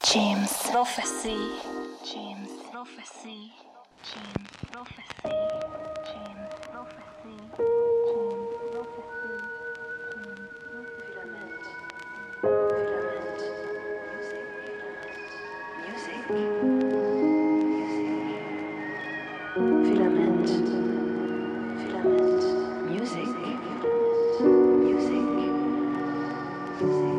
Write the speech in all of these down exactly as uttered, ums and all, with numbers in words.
James Prophecy. James Prophecy. James Prophecy. James Prophecy. James Prophecy. Filament. Filament. Music. Music. Filament. Filament. Music. Music. Music.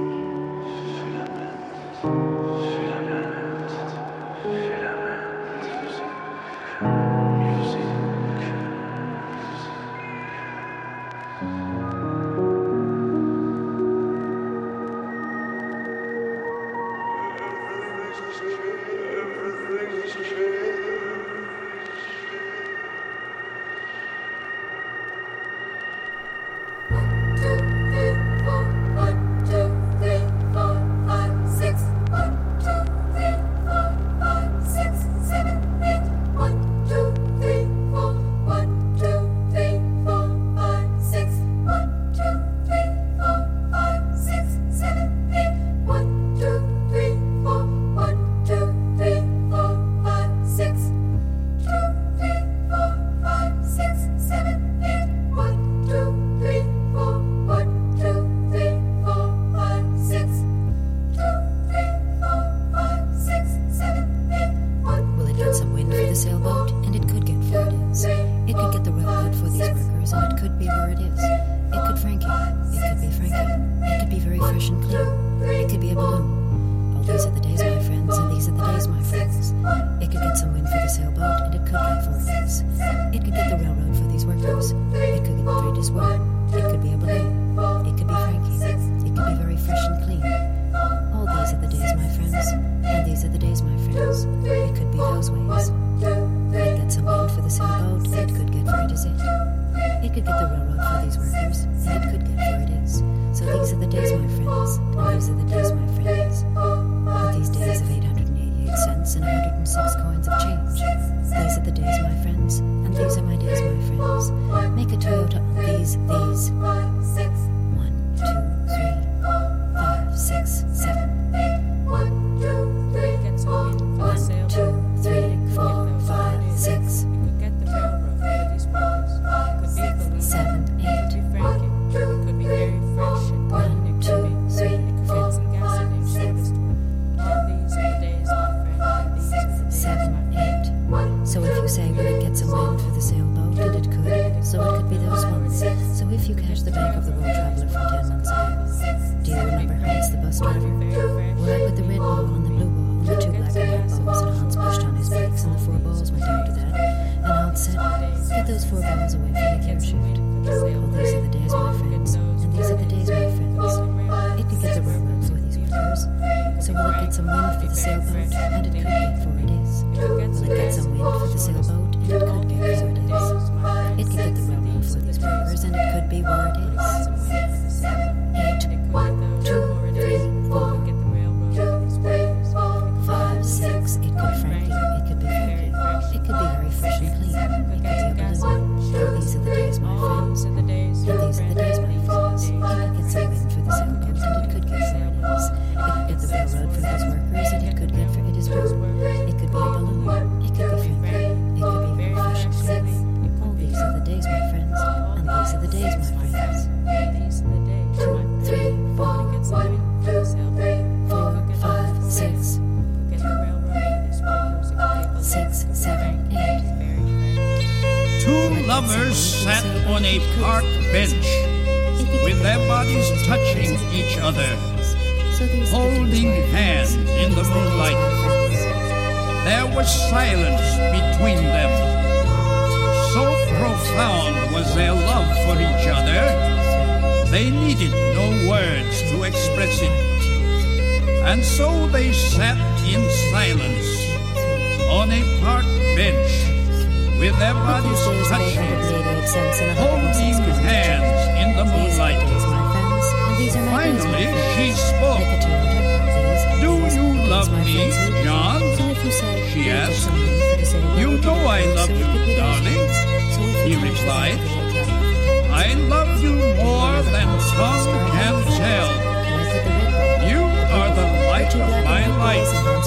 Of my life.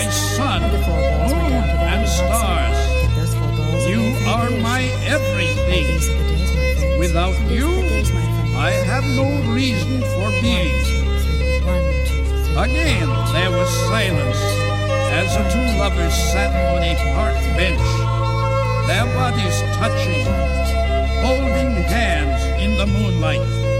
sun, moon, and stars. You are my everything. Without you, I have no reason for being. Again, there was silence as the two lovers sat on a park bench, their bodies touching, holding hands in the moonlight.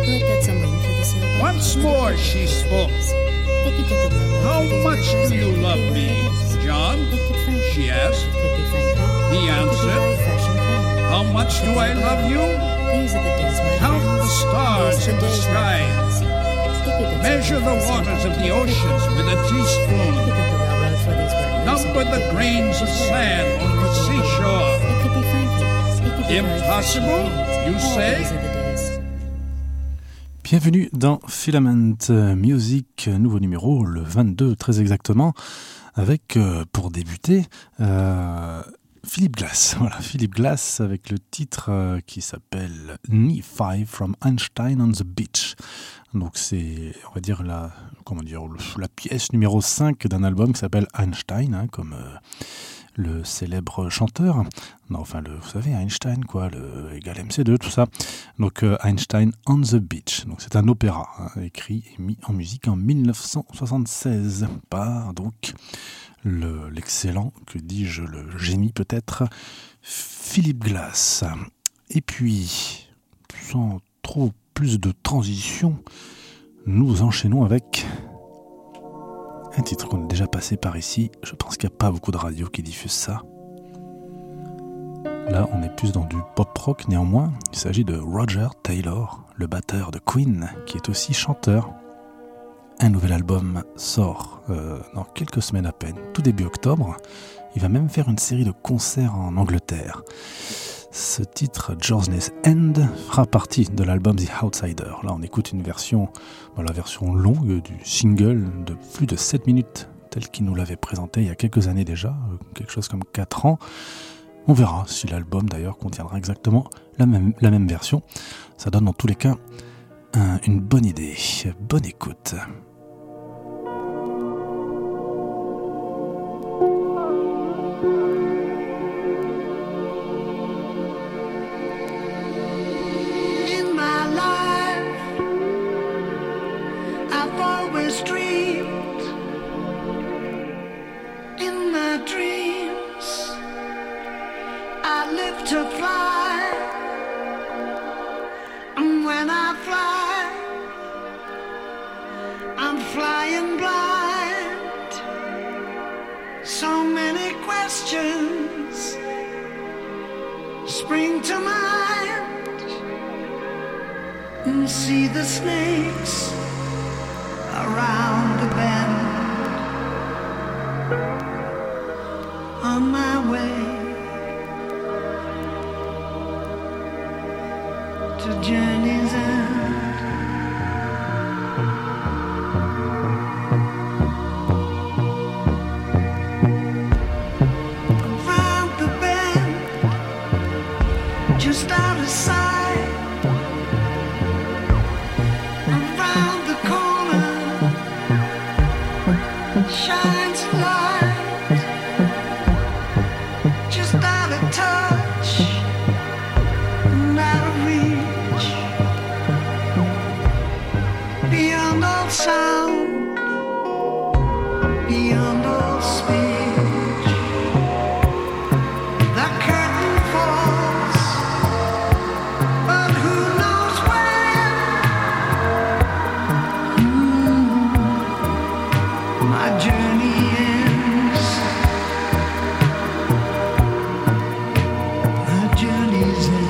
Once more she spoke. How much do you love me, John? She asked. He answered, how much do I love you? Count the stars in the sky. Measure the waters of the oceans with a teaspoon. Number the grains of sand on the seashore. Impossible, you say? Bienvenue dans Filament Music, nouveau numéro, le vingt-deux très exactement, avec, euh, pour débuter, euh, Philip Glass. Voilà, Philip Glass avec le titre euh, qui s'appelle Nephi from Einstein on the Beach. Donc c'est, on va dire, la, comment dire, la pièce numéro cinq d'un album qui s'appelle Einstein, hein, comme euh, le célèbre chanteur. Non, enfin, le, vous savez, Einstein, quoi, le égal M C deux, tout ça. Donc euh, Einstein on the Beach. Donc c'est un opéra, hein, écrit et mis en musique en mille neuf cent soixante-seize par donc le, l'excellent, que dis-je, le génie peut-être, Philip Glass. Et puis, sans trop plus de transition, nous enchaînons avec un titre qu'on a déjà passé par ici. Je pense qu'il n'y a pas beaucoup de radios qui diffusent ça. Là, on est plus dans du pop-rock, néanmoins. Il s'agit de Roger Taylor, le batteur de Queen, qui est aussi chanteur. Un nouvel album sort euh, dans quelques semaines à peine, tout début octobre. Il va même faire une série de concerts en Angleterre. Ce titre, Journey's End, fera partie de l'album The Outsider. Là, on écoute une version, bon, la version longue du single de plus de sept minutes, tel qu'il nous l'avait présenté il y a quelques années déjà, quelque chose comme quatre ans. On verra si l'album, d'ailleurs, contiendra exactement la même, la même version. Ça donne, dans tous les cas, un, une bonne idée. Bonne écoute. Dreamed in my dreams, I live to fly, and when I fly, I'm flying blind. So many questions spring to mind, and see the snakes around the bend, on my way to journey's end. Around the bend, just out of sight, shines a light, just out of touch, and out of reach, beyond all sound, beyond all speech. The curtain falls, but who knows when? Mm, my journey ends. My journey's end.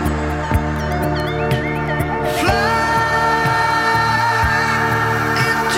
Fly into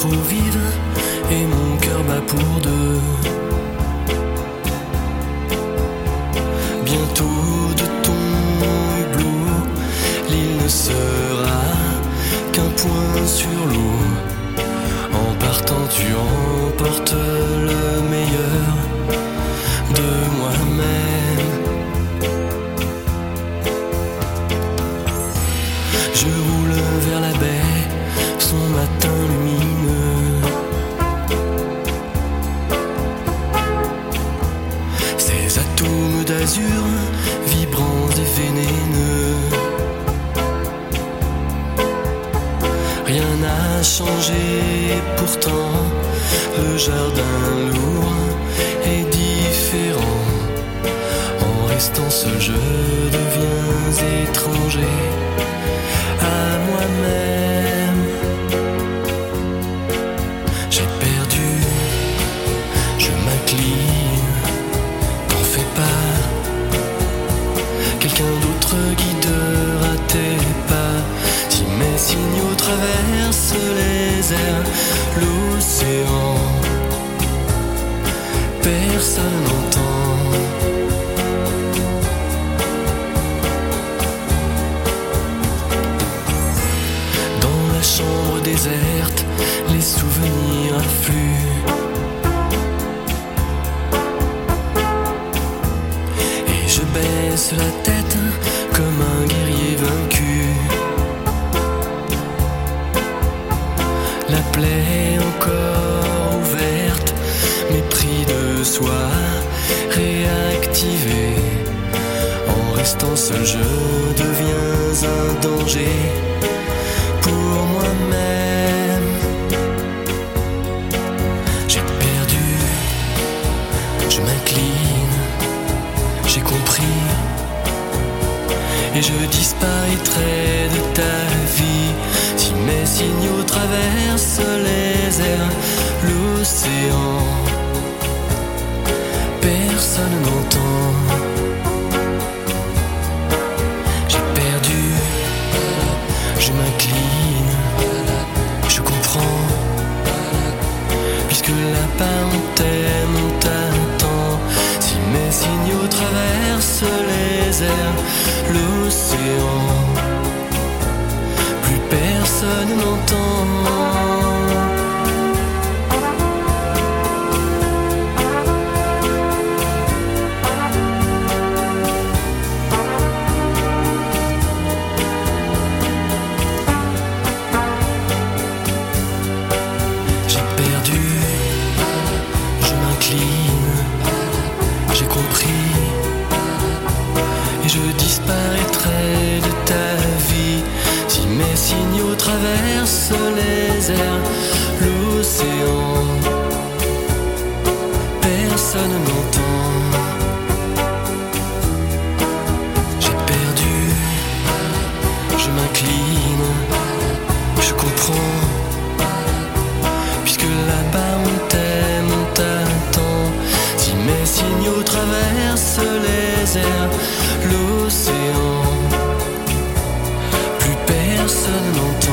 trop vive et mon cœur bat pour deux. Bientôt de ton hublot, l'île ne sera qu'un point sur l'eau. En partant tu emportes le meilleur de moi-même. Je roule vers la baie, son matin lumineux. Ces atomes d'azur, vibrants et vénéneux. Rien n'a changé, pourtant le jardin lourd est différent. En restant seul, je deviens étranger à moi-même. J'ai perdu, je m'incline, t'en fais pas. Quelqu'un d'autre guidera tes pas. Si mes signaux traversent les airs, l'océan, personne n'entend. Dans la chambre déserte, les souvenirs affluent. Et je baisse la tête comme un guerrier vaincu. La plaie encore ouverte, mépris de soi réactivé. En restant seul, je deviens un danger pour moi-même. J'ai perdu, je m'incline, j'ai compris. Et je disparaîtrai de ta vie si mes signaux traversent les airs, l'océan, personne n'entend. J'ai perdu, je m'incline, je comprends, puisque là-bas on t'aime, on t'attend. Si mes signaux traversent les airs, l'océan, plus personne n'entend. J'ai perdu, je m'incline, j'ai compris. Et je disparaîtrai de ta vie si mes signaux traversent les airs, l'océan, personne n'entend. J'ai perdu, je m'incline, je comprends, puisque là-bas on t'aime, on t'attend. Si mes signaux traversent les airs, l'océan, plus personne n'entend.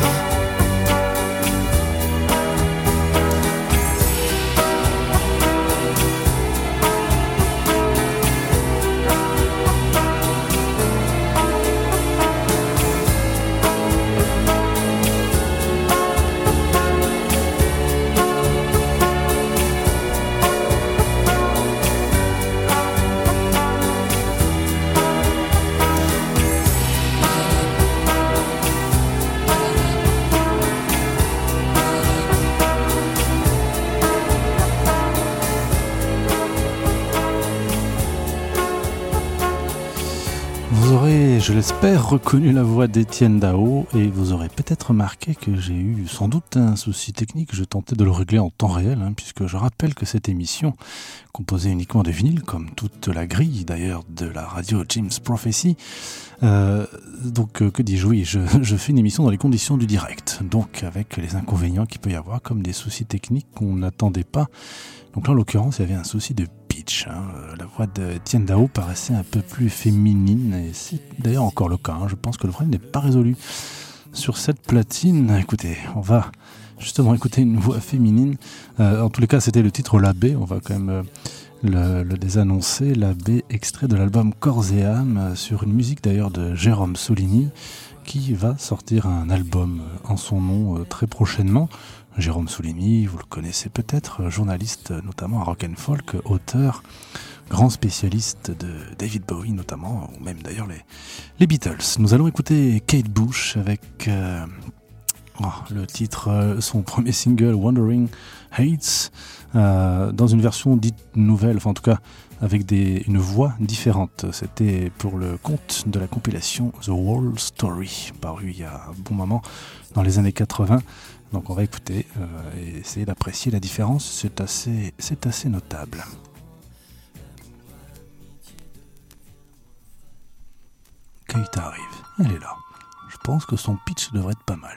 Je l'espère, reconnu la voix d'Étienne Dao et vous aurez peut-être remarqué que j'ai eu sans doute un souci technique. Je tentais de le régler en temps réel, hein, puisque je rappelle que cette émission, composée uniquement de vinyle, comme toute la grille d'ailleurs de la radio James Prophecy, euh, donc euh, que dis-je, oui, je, je fais une émission dans les conditions du direct, donc avec les inconvénients qu'il peut y avoir, comme des soucis techniques qu'on n'attendait pas. Donc là, en l'occurrence, il y avait un souci de pitch. Hein. La voix d'Étienne Dao paraissait un peu plus féminine, et c'est d'ailleurs encore le cas. Hein. Je pense que le problème n'est pas résolu sur cette platine. Écoutez, on va justement écouter une voix féminine. Euh, en tous les cas, c'était le titre L'Abbé. On va quand même euh, le, le désannoncer. L'Abbé, extrait de l'album Corps et âme, euh, sur une musique d'ailleurs de Jérôme Soligny, qui va sortir un album en son nom euh, très prochainement. Jérôme Soligny, vous le connaissez peut-être, journaliste notamment à Rock and Folk, auteur, grand spécialiste de David Bowie notamment, ou même d'ailleurs les, les Beatles. Nous allons écouter Kate Bush avec euh, oh, le titre, euh, son premier single Wandering Heights, euh, dans une version dite nouvelle, enfin en tout cas avec des, une voix différente. C'était pour le compte de la compilation The Whole Story, paru il y a un bon moment dans les années quatre-vingts. Donc on va écouter euh, et essayer d'apprécier la différence, c'est assez, c'est assez notable. Kate arrive, elle est là. Je pense que son pitch devrait être pas mal.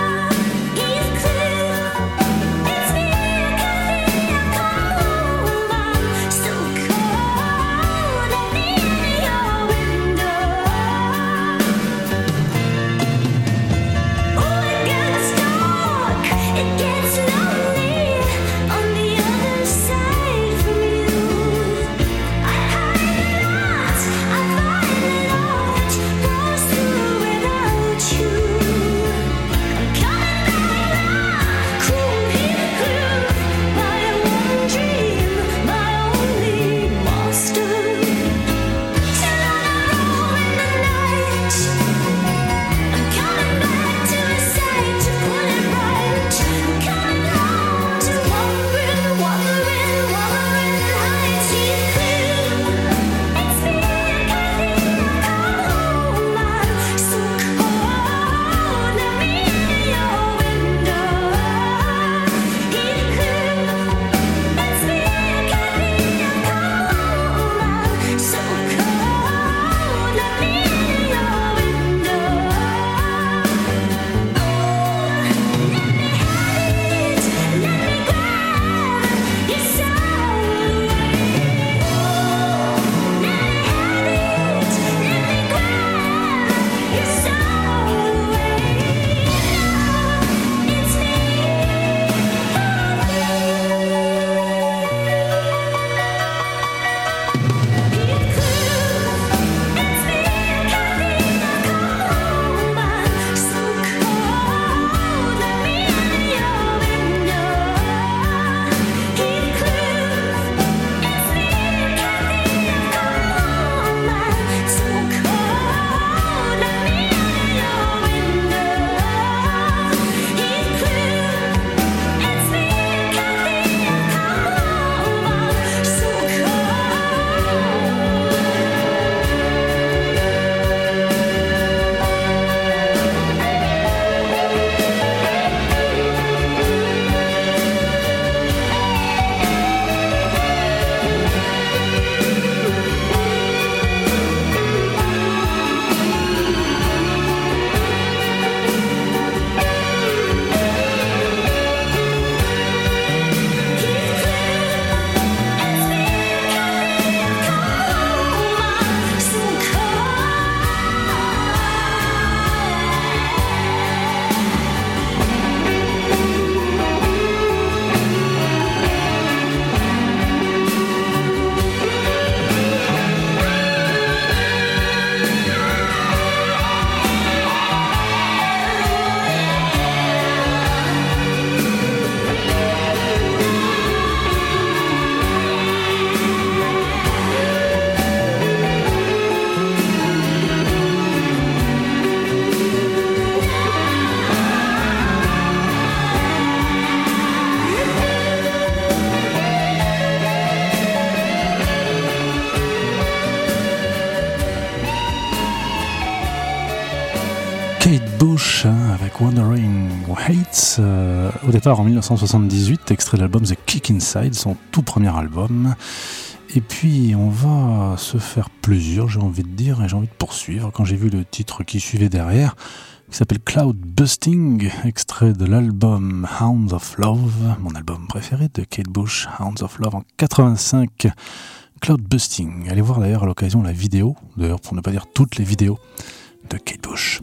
It's me, Kathy, I come home. Kate Bush hein, avec Wandering Heights, euh, au départ en dix-neuf cent soixante-dix-huit, extrait de l'album The Kick Inside, son tout premier album. Et puis on va se faire plaisir, j'ai envie de dire, et j'ai envie de poursuivre quand j'ai vu le titre qui suivait derrière, qui s'appelle Cloud Busting, extrait de l'album Hounds of Love, mon album préféré de Kate Bush, Hounds of Love en quatre-vingt-cinq. Cloud Busting, allez voir d'ailleurs à l'occasion la vidéo, d'ailleurs pour ne pas dire toutes les vidéos de Kate Bush.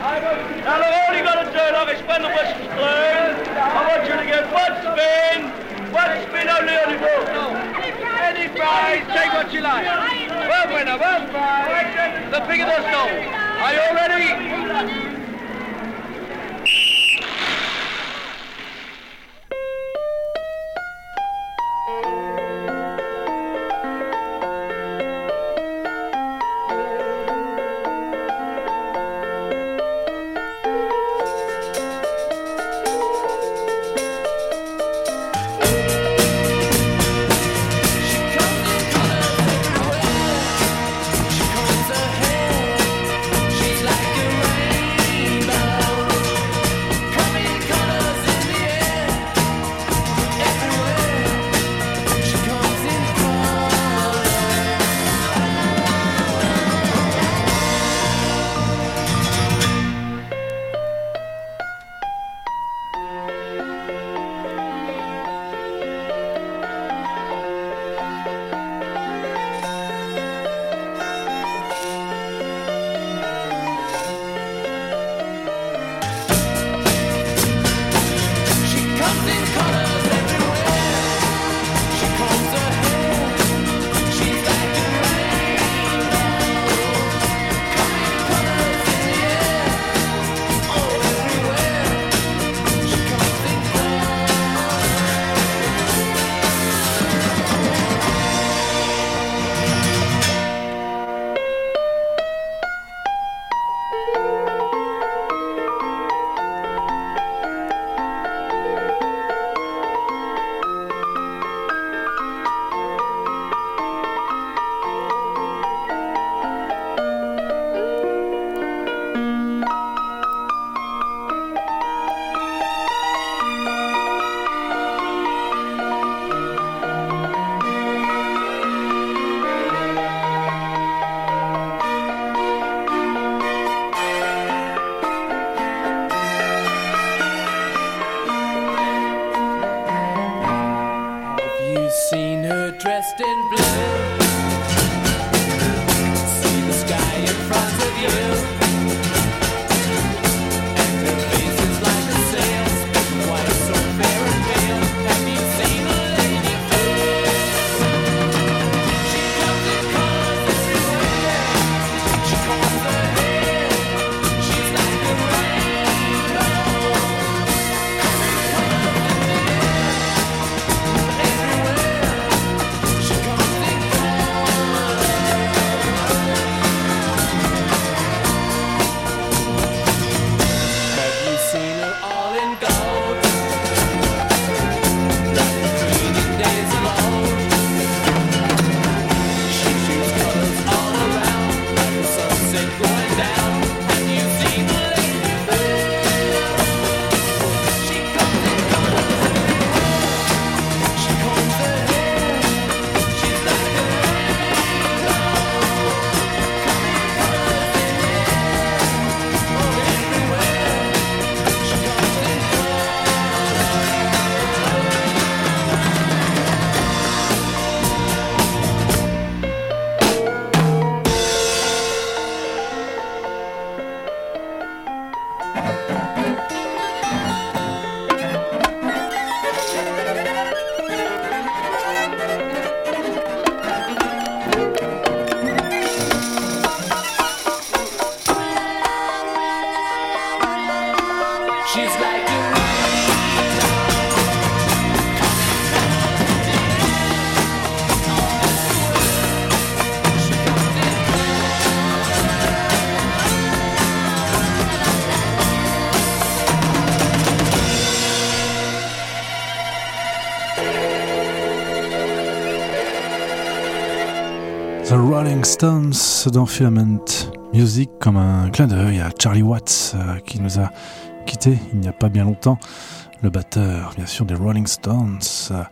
Now look, all you got to do, like, is when the whistle's blown, I want you to get one spin, one spin only on the ball. Any prize, take what you like. Well, winner, well, prize, the bigger the song. Are you all ready? The Rolling Stones dans Filament Music, comme un clin d'œil à Charlie Watts euh, qui nous a quittés il n'y a pas bien longtemps, le batteur bien sûr des Rolling Stones.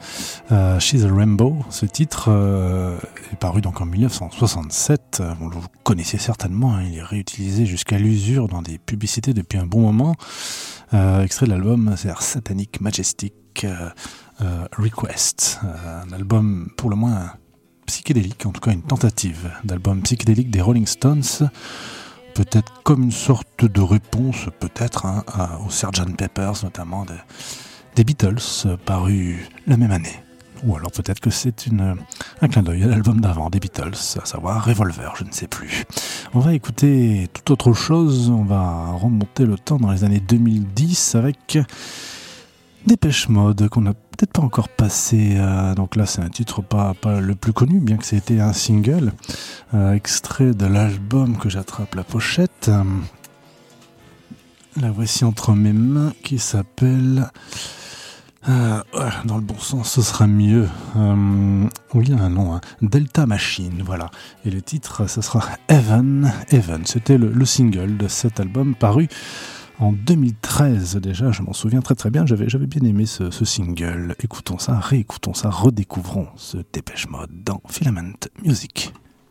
euh, She's a Rainbow, ce titre euh, est paru donc en dix-neuf cent soixante-sept. euh, bon, vous connaissez certainement, hein, il est réutilisé jusqu'à l'usure dans des publicités depuis un bon moment. Euh, extrait de l'album c'est Satanic Majestic euh, euh, Request, euh, un album pour le moins psychédélique, en tout cas une tentative d'album psychédélique des Rolling Stones, peut-être comme une sorte de réponse, peut-être, hein, à, au sergent Pepper's, notamment de, des Beatles, euh, paru la même année. Ou alors peut-être que c'est une, un clin d'œil à l'album d'avant des Beatles, à savoir Revolver, je ne sais plus. On va écouter tout autre chose, on va remonter le temps dans les années deux mille dix avec Dépêche Mode, qu'on n'a peut-être pas encore passé. Euh, donc là, c'est un titre pas, pas le plus connu, bien que c'était un single, euh, extrait de l'album que j'attrape la pochette. Euh, la voici entre mes mains, qui s'appelle... Euh, ouais, dans le bon sens, ce sera mieux. Euh, oui, il y a un nom, hein. Delta Machine, voilà. Et le titre, ce sera Heaven. Heaven, c'était le, le single de cet album paru en deux mille treize déjà. Je m'en souviens très très bien. J'avais, j'avais bien aimé ce, ce single. Écoutons ça, réécoutons ça, redécouvrons ce Dépêche Mode dans Filament Music.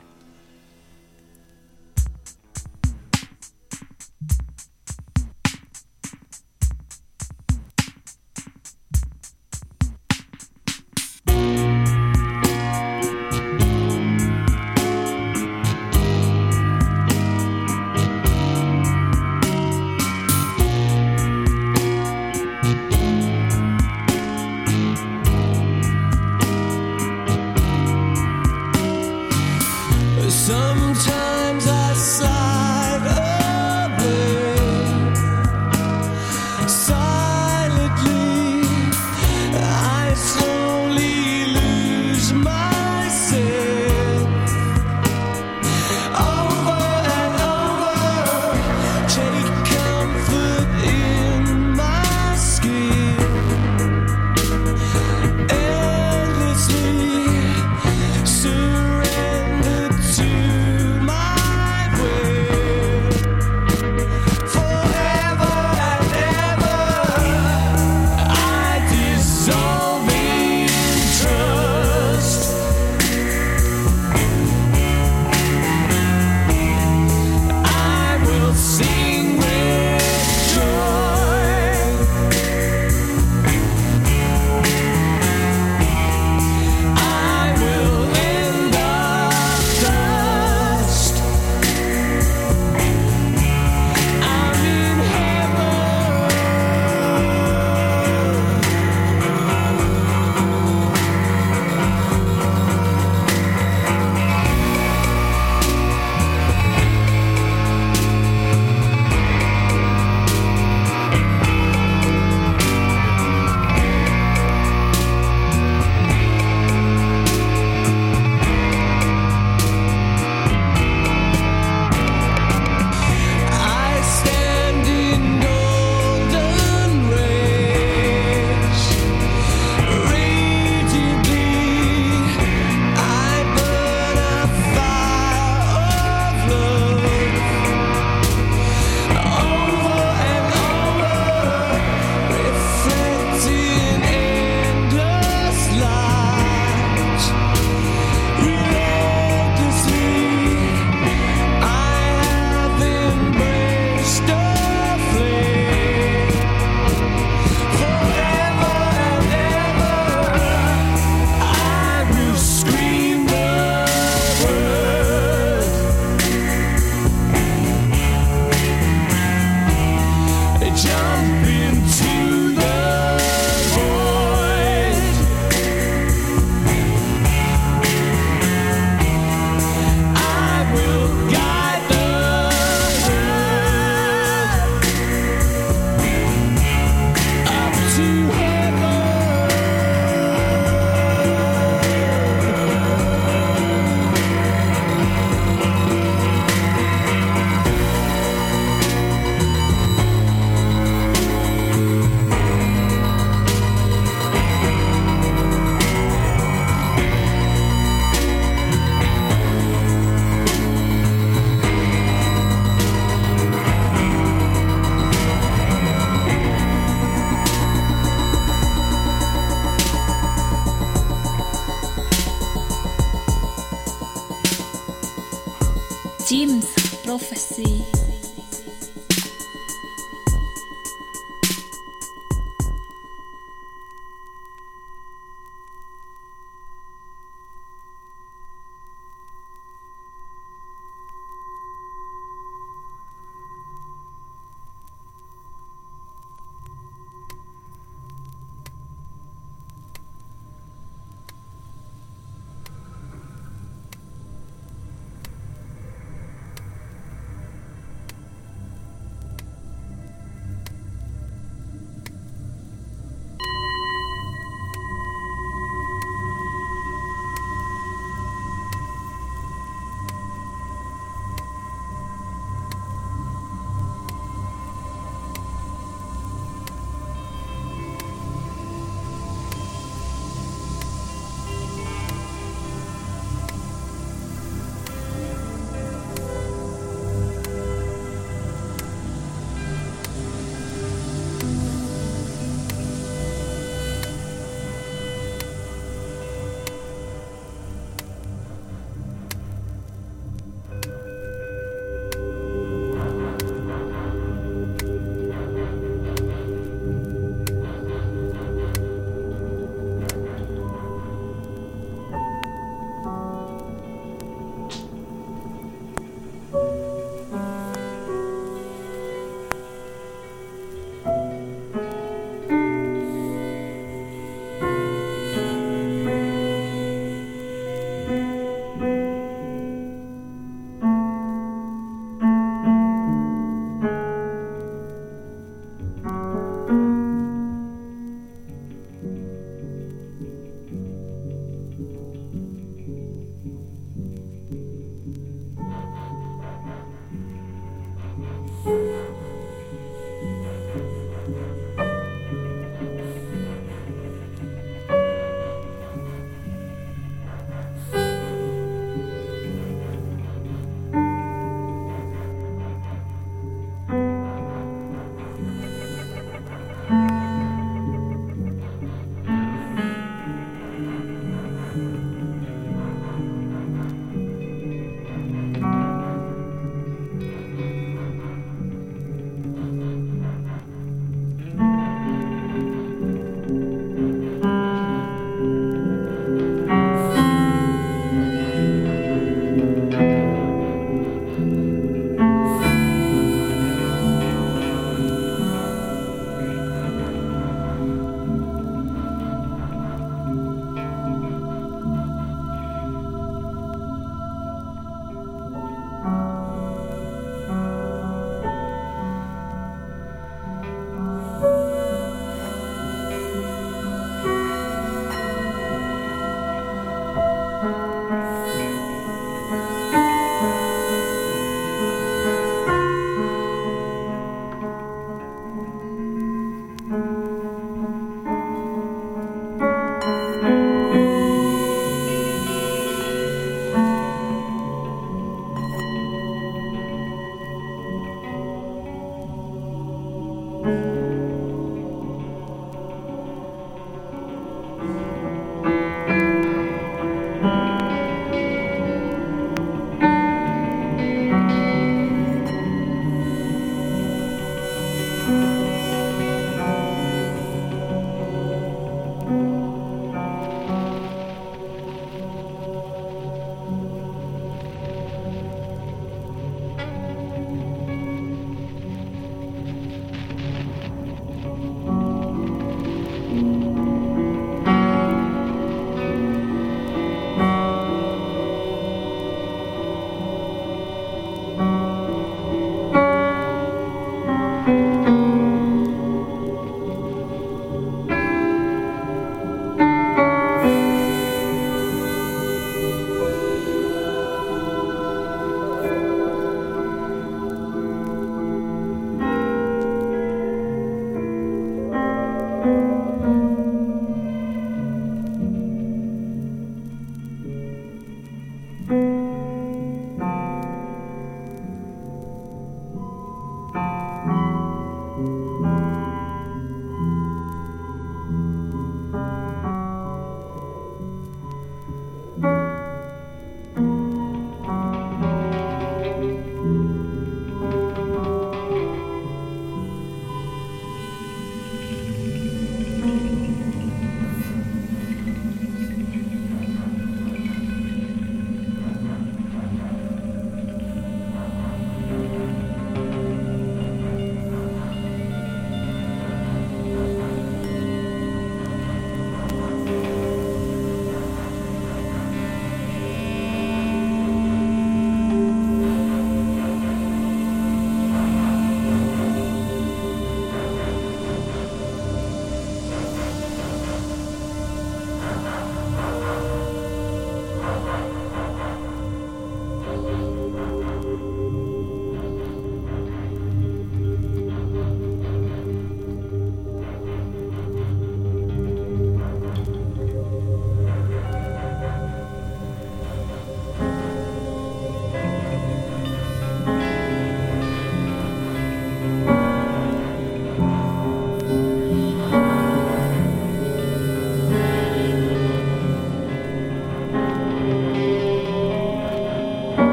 Jim's Prophecy.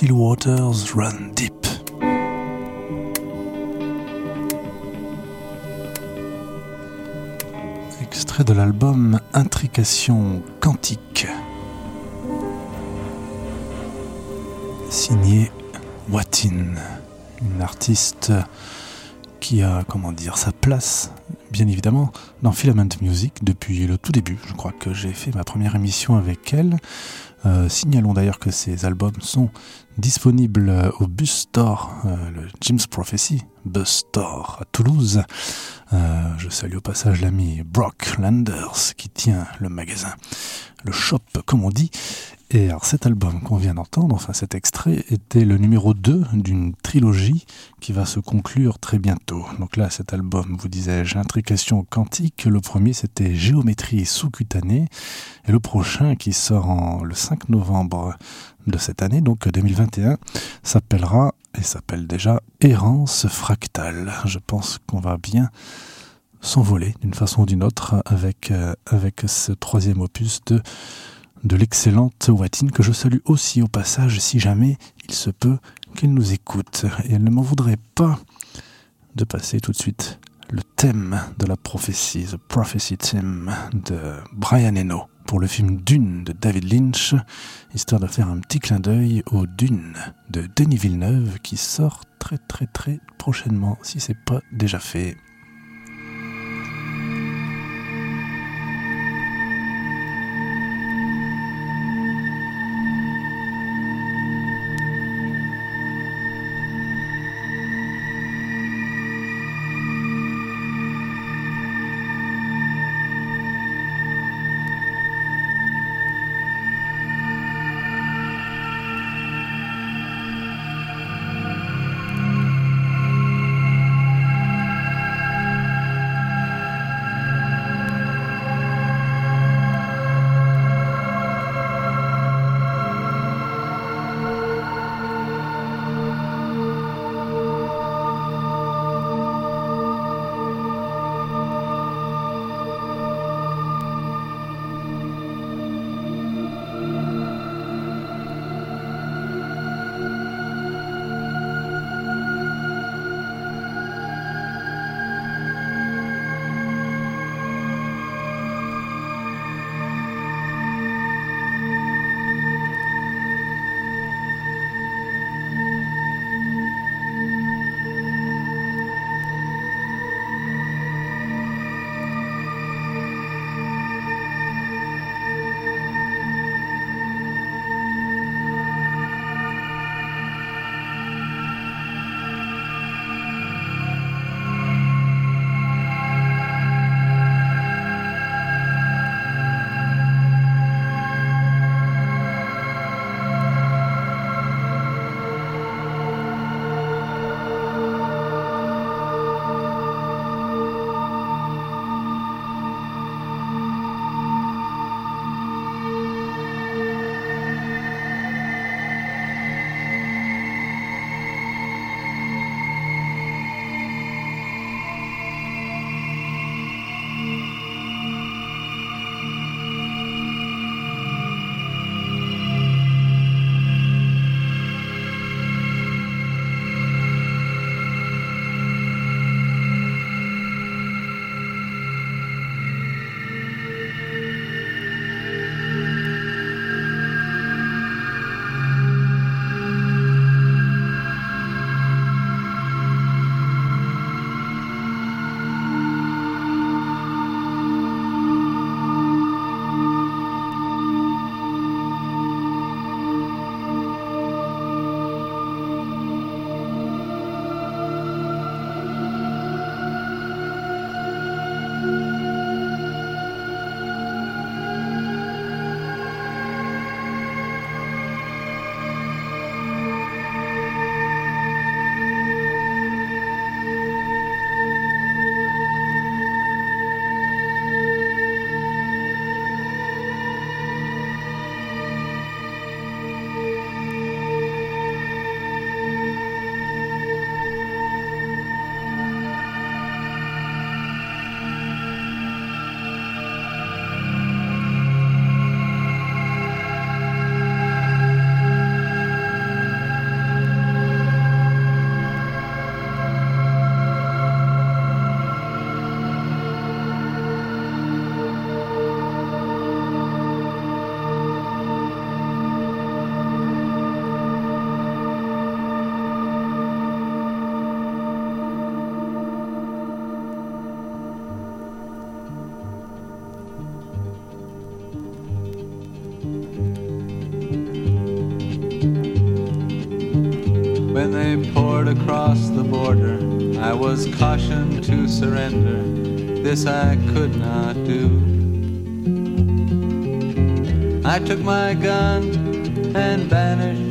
Still Waters Run Deep. Extrait de l'album Intrication Quantique, signé Watin, une artiste qui a, comment dire, sa place, bien évidemment, dans Filament Music depuis le tout début. Je crois que j'ai fait ma première émission avec elle. Euh, signalons d'ailleurs que ces albums sont disponibles au Bus Store, euh, le Jim's Prophecy Bus Store à Toulouse. Euh, je salue au passage l'ami Brock Landers qui tient le magasin, le shop comme on dit. Et alors cet album qu'on vient d'entendre, enfin cet extrait, était le numéro deux d'une trilogie qui va se conclure très bientôt. Donc là, cet album, vous disais-je, Intrication Quantique, le premier c'était Géométrie sous-cutanée, et le prochain qui sort en, le cinq novembre de cette année, donc deux mille vingt et un, s'appellera, et s'appelle déjà, Errance fractale. Je pense qu'on va bien s'envoler d'une façon ou d'une autre avec, euh, avec ce troisième opus de de l'excellente Watin, que je salue aussi au passage si jamais il se peut qu'elle nous écoute. Et elle ne m'en voudrait pas de passer tout de suite le thème de la prophétie, The Prophecy Theme de Brian Eno pour le film Dune de David Lynch, histoire de faire un petit clin d'œil au Dune de Denis Villeneuve qui sort très très très prochainement si c'est pas déjà fait. they poured across the border, I was cautioned to surrender. This I could not do. I took my gun and vanished.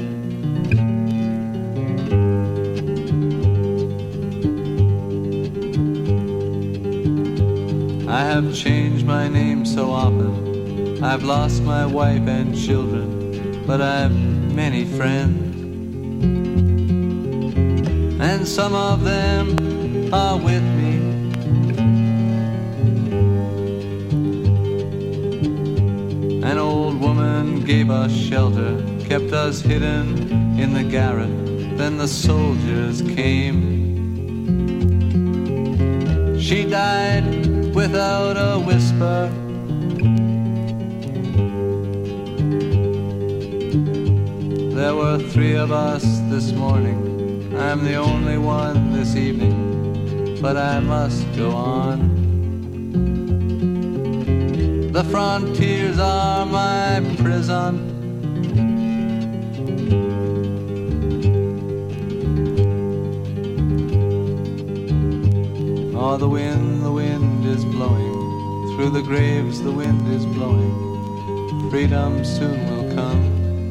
I have changed my name so often, I've lost my wife and children, but I've many friends. And some of them are with me. An old woman gave us shelter, kept us hidden in the garret. Then the soldiers came. She died without a whisper. There were three of us this morning. I'm the only one this evening, but I must go on. The frontiers are my prison. Oh, the wind, the wind is blowing. Through the graves the wind is blowing. Freedom soon will come.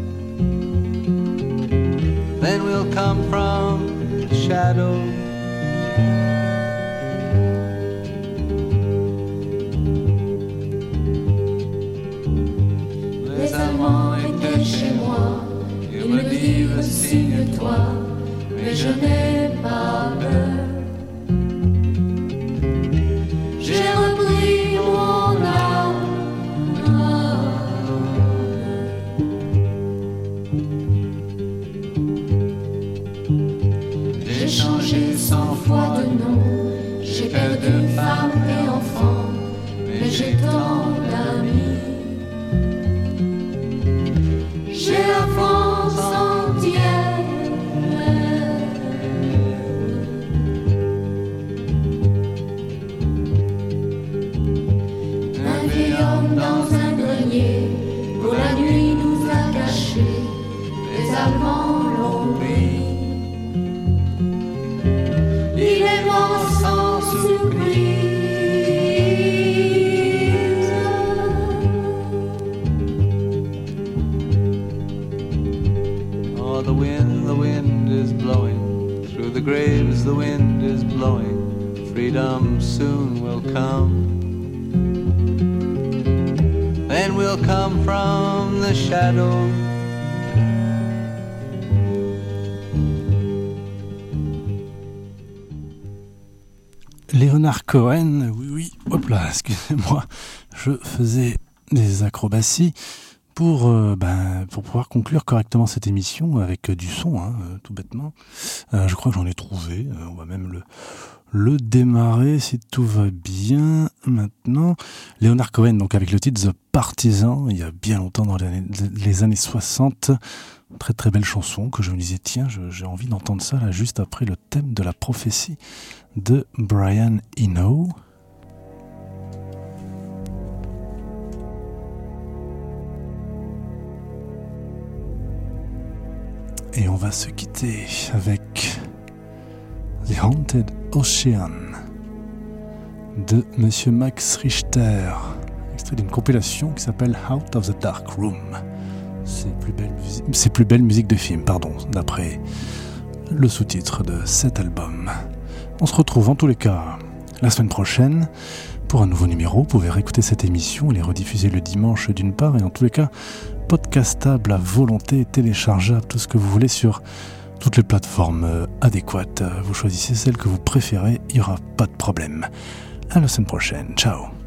Then we'll come from the shadow. Les Allemands étaient chez moi, ils me disent signe-toi, mais je n'ai pas peur. J'ai repris mon âme. J'ai changé cent fois de nom, j'ai perdu femme et enfant, mais j'ai tant d'amis. J'ai la France entière. Un vieil homme dans un grenier, pour la nuit nous a cachés, les Allemands l'ont pris. Il est mort sans surprise. Oh, the wind, the wind is blowing. Through the graves the wind is blowing. Freedom soon will come. Then we'll come from the shadow. Leonard Cohen, oui, oui, hop là, excusez-moi, je faisais des acrobaties pour, euh, ben, pour pouvoir conclure correctement cette émission avec euh, du son, hein, euh, tout bêtement. Euh, je crois que j'en ai trouvé, euh, on va même le, le démarrer si tout va bien maintenant. Leonard Cohen, donc avec le titre The Partisan, il y a bien longtemps dans les années, les années soixante. Très très belle chanson que je me disais, tiens, je, j'ai envie d'entendre ça là juste après le thème de la prophétie de Brian Eno. Et on va se quitter avec The Haunted Ocean de Monsieur Max Richter, extrait d'une compilation qui s'appelle Out of the Dark Room. C'est plus belle, musi- c'est plus belle musique de film, pardon, d'après le sous-titre de cet album. On se retrouve en tous les cas la semaine prochaine pour un nouveau numéro. Vous pouvez réécouter cette émission, elle est rediffusée le dimanche d'une part, et en tous les cas podcastable à volonté, téléchargeable, tout ce que vous voulez sur toutes les plateformes adéquates. Vous choisissez celle que vous préférez, il n'y aura pas de problème. À la semaine prochaine, ciao.